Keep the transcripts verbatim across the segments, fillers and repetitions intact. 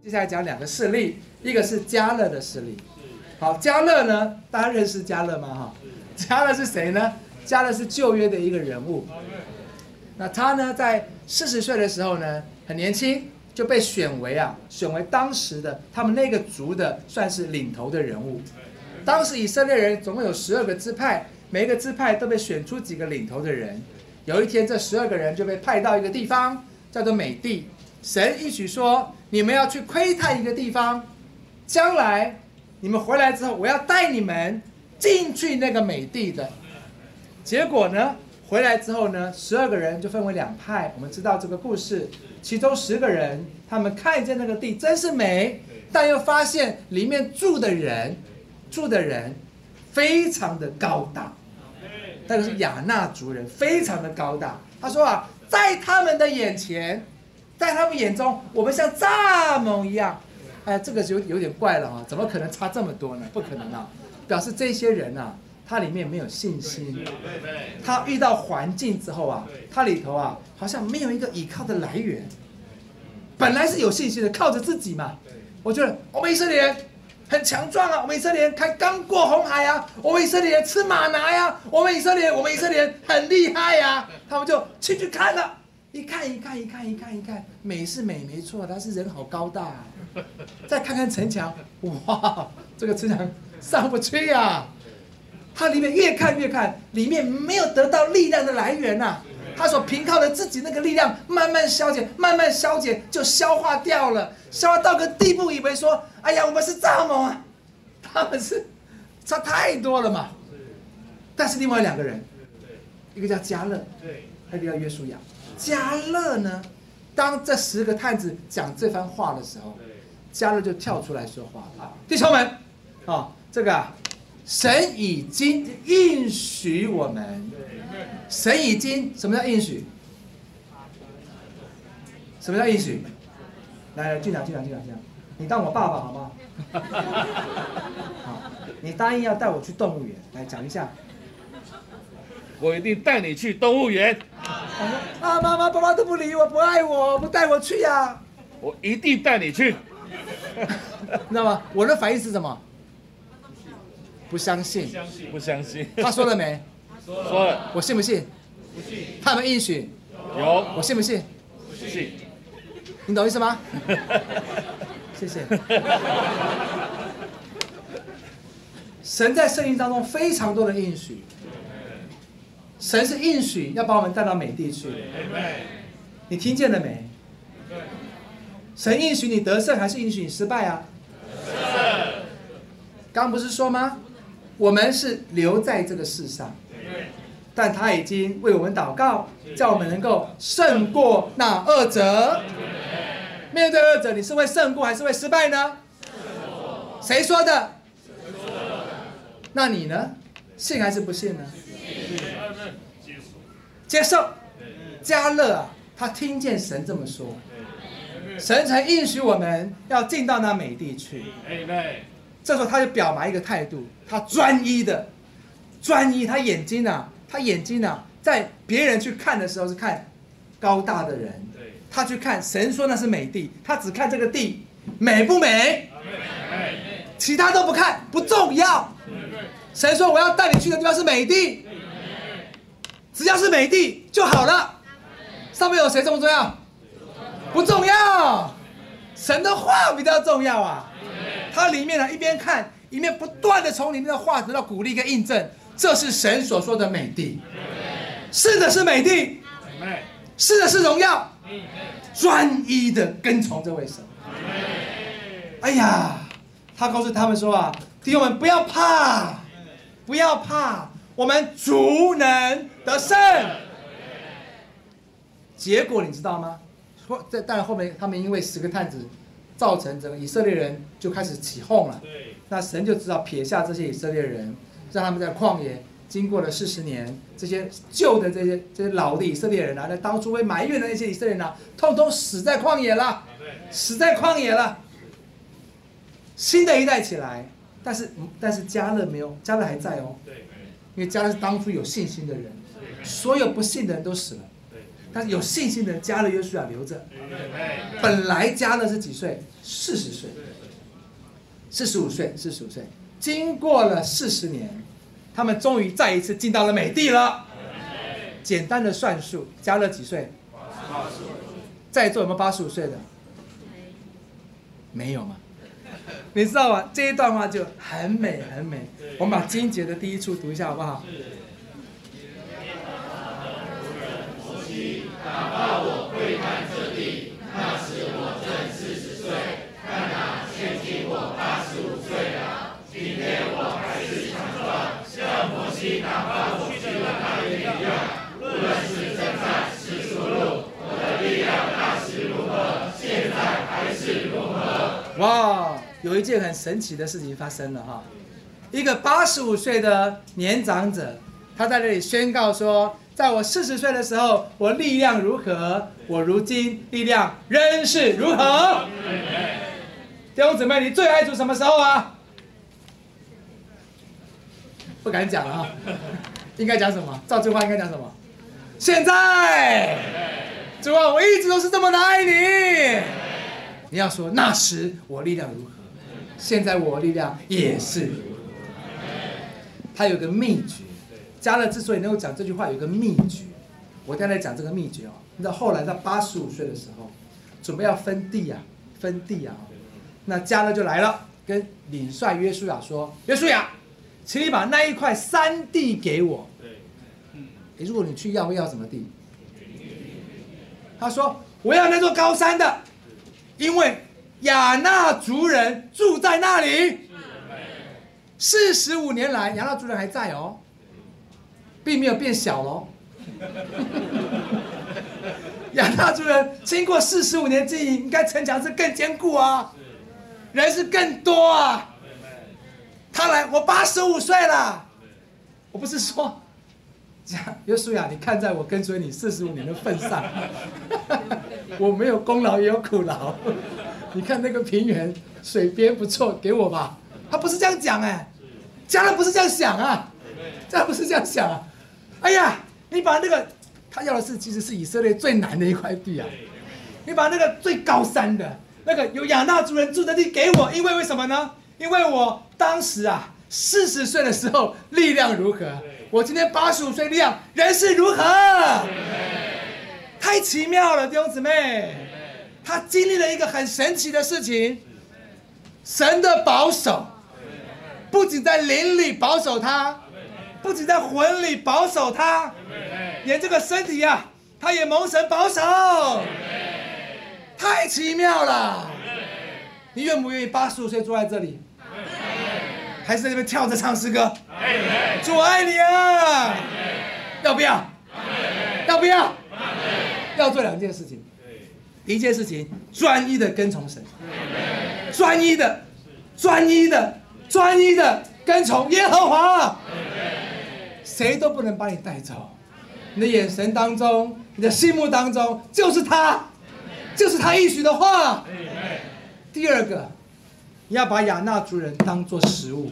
接下来讲两个事例，一个是迦勒的事例。好，迦勒呢，大家认识迦勒吗？哈，迦勒是谁呢？迦勒是旧约的一个人物。那他呢，在四十岁的时候呢，很年轻就被选为啊，选为当时的他们那个族的算是领头的人物。当时以色列人总共有十二个支派，每一个支派都被选出几个领头的人。有一天，这十二个人就被派到一个地方，叫做美地。神应许说，你们要去窥探一个地方，将来你们回来之后，我要带你们进去那个美地的。结果呢，回来之后呢，十二个人就分为两派。我们知道这个故事，其中十个人他们看见那个地真是美，但又发现里面住的人住的人非常的高大。那个是亚纳族人，非常的高大。他说啊，在他们的眼前，在他们眼中，我们像蚱蜢一样。哎，这个就有点怪了啊，怎么可能差这么多呢？不可能啊！表示这些人啊，他里面没有信心。他遇到环境之后啊，他里头啊，好像没有一个依靠的来源。本来是有信心的，靠着自己嘛。我觉得我们以色列人很强壮啊，我们以色列人开刚过红海啊，我们以色列人吃马拿呀、啊，我们以色列我们以色列人很厉害呀、啊，他们就进去看了，一看一看一看一看一看，美是美没错，但是人好高大、啊，再看看城墙，哇，这个城墙上不去呀、啊，它里面越看越看，里面没有得到力量的来源呐、啊。他所凭靠的自己那个力量慢慢消减，慢慢消减就消化掉了，消化到个地步，以为说，哎呀，我们是蚱蜢啊，他们是差太多了嘛。但是另外两个人，一个叫迦勒，一个叫约书亚。迦勒呢，当这十个探子讲这番话的时候，迦勒就跳出来说话啊，弟兄们，啊，这个啊，神已经应许我们。神已经，什么叫应许？什么叫应许？来来，进来进来进来进来，你当我爸爸好吗？好，你答应要带我去动物园，来讲一下。 我一定带你去动物园。 啊，妈妈爸爸都不理我，不爱我，不带我去呀、啊。 我一定带你去。 你知道吗？我的反应是什么？不相信。 不相信。 他说了没？ 说了。 我信不信？ 不信。 他们应许。 有。 我信不信？ 不信。 你懂意思吗？谢谢。神在圣经当中非常多的应许。神是应许要把我们带到美地去。你听见了没？神应许你得胜，还是应许你失败啊？刚不是说吗？我们是留在这个世上。但他已经为我们祷告，叫我们能够胜过那恶者。面对恶者，你是会胜过还是会失败呢？谁说的？那你呢？信还是不信呢？接受。迦勒啊，他听见神这么说，神曾应许我们要进到那美地去。这时候他就表达一个态度，他专一的，专一，他眼睛啊。他眼睛啊，在别人去看的时候是看高大的人，他去看神说那是美地，他只看这个地美不美，其他都不看，不重要。神说我要带你去的地方是美地，只要是美地就好了。上面有谁重不重要？不重要，神的话比较重要啊。他里面呢一边看一边不断的从里面的话得到鼓励跟印证。这是神所说的美地，是的是美地，是的是荣耀，专一的跟从这位神。哎呀，他告诉他们说啊，弟兄们不要怕，不要怕，我们足能得胜。结果你知道吗？在当然后面他们因为十个探子，造成整个以色列人就开始起哄了。那神就知道撇下这些以色列人。让他们在旷野经过了四十年，这些旧的这些这些老的以色列人啊，那当初会埋怨的那些以色列人啊，通通死在旷野了，死在旷野了。新的一代起来，但是但是迦勒没有，迦勒还在哦，因为迦勒是当初有信心的人，所有不信的人都死了， 但是有信心的人加勒约书亚留着。本来加勒是几岁？四十岁，四十五岁，四十五岁。经过了四十年，他们终于再一次进到了美地了。简单的算术，加勒几岁？在座有没有八十五岁的？没有吗？你知道吗？这一段话就很美很美。我们把经节的第一处读一下好不好？ 打发我窥探这地，那时我正四十岁，看哪，现今我八十五岁了。今天我还是强壮，像摩西打发我去的那里一样。无论是征战是出路，我的力量那时如何，现在还是如何。 哇，有一件很神奇的事情发生了哈！一个八十五岁的年长者，他在那里宣告说，在我四十岁的时候，我力量如何，我如今力量仍是如何。弟兄姊妹，你最爱主什么时候啊？不敢讲了哈，应该讲什么？照这话应该讲什么？现在，主啊，我一直都是这么的爱你。你要说那时我力量如何，现在我力量也是如何。他有个秘诀，加勒之所以能够讲这句话，有一个秘诀。我刚才讲这个秘诀哦，你知道后来到八十五岁的时候，准备要分地啊，分地啊，那加勒就来了，跟领帅约书亚说：“约书亚，请你把那一块山地给我。”诶，如果你去要，会要什么地？他说：“我要那座高山的，因为亚纳族人住在那里。”四十五年来，亚纳族人还在哦，并没有变小喽。亚纳族人经过四十五年经营，应该城墙是更坚固啊，人是更多啊。他来，我八十五岁了，我不是说。约书亚，你看在我跟随你四十五年的份上，我没有功劳也有苦劳。你看那个平原水边不错，给我吧。他不是这样讲哎，加勒不是这样想啊，加勒不是这样想啊。哎呀，你把那个他要的是其实是以色列最难的一块地啊，你把那个最高山的那个有亚纳族人住的地给我，因为为什么呢？因为我当时啊四十岁的时候力量如何。我今天八十五岁，力量人是如何？太奇妙了，弟兄姊妹！他经历了一个很神奇的事情，神的保守，不仅在灵里保守他，不仅在魂里保守他，连这个身体啊，他也蒙神保守，太奇妙了！你愿不愿意八十五岁坐在这里？还是在那边跳着唱诗歌？主我爱你啊！要不要？要不要？要做两件事情。第一件事情，专一的跟从神，专一的、专一的、专一的跟从耶和华。谁都不能把你带走。你的眼神当中，你的心目当中，就是他，就是他应许的话。第二个。你要把亚纳族人当作食物。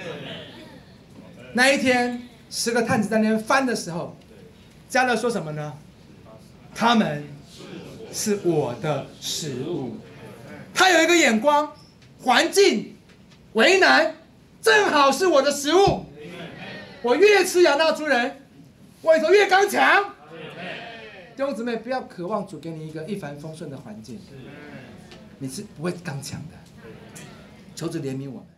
那一天，十个探子在那边翻的时候，加勒说什么呢？他们是我的食物。他有一个眼光，环境为难，正好是我的食物。我越吃亚纳族人，我里头越刚强。弟兄姊妹，不要渴望主给你一个一帆风顺的环境，你是不会刚强的。求主怜悯我们。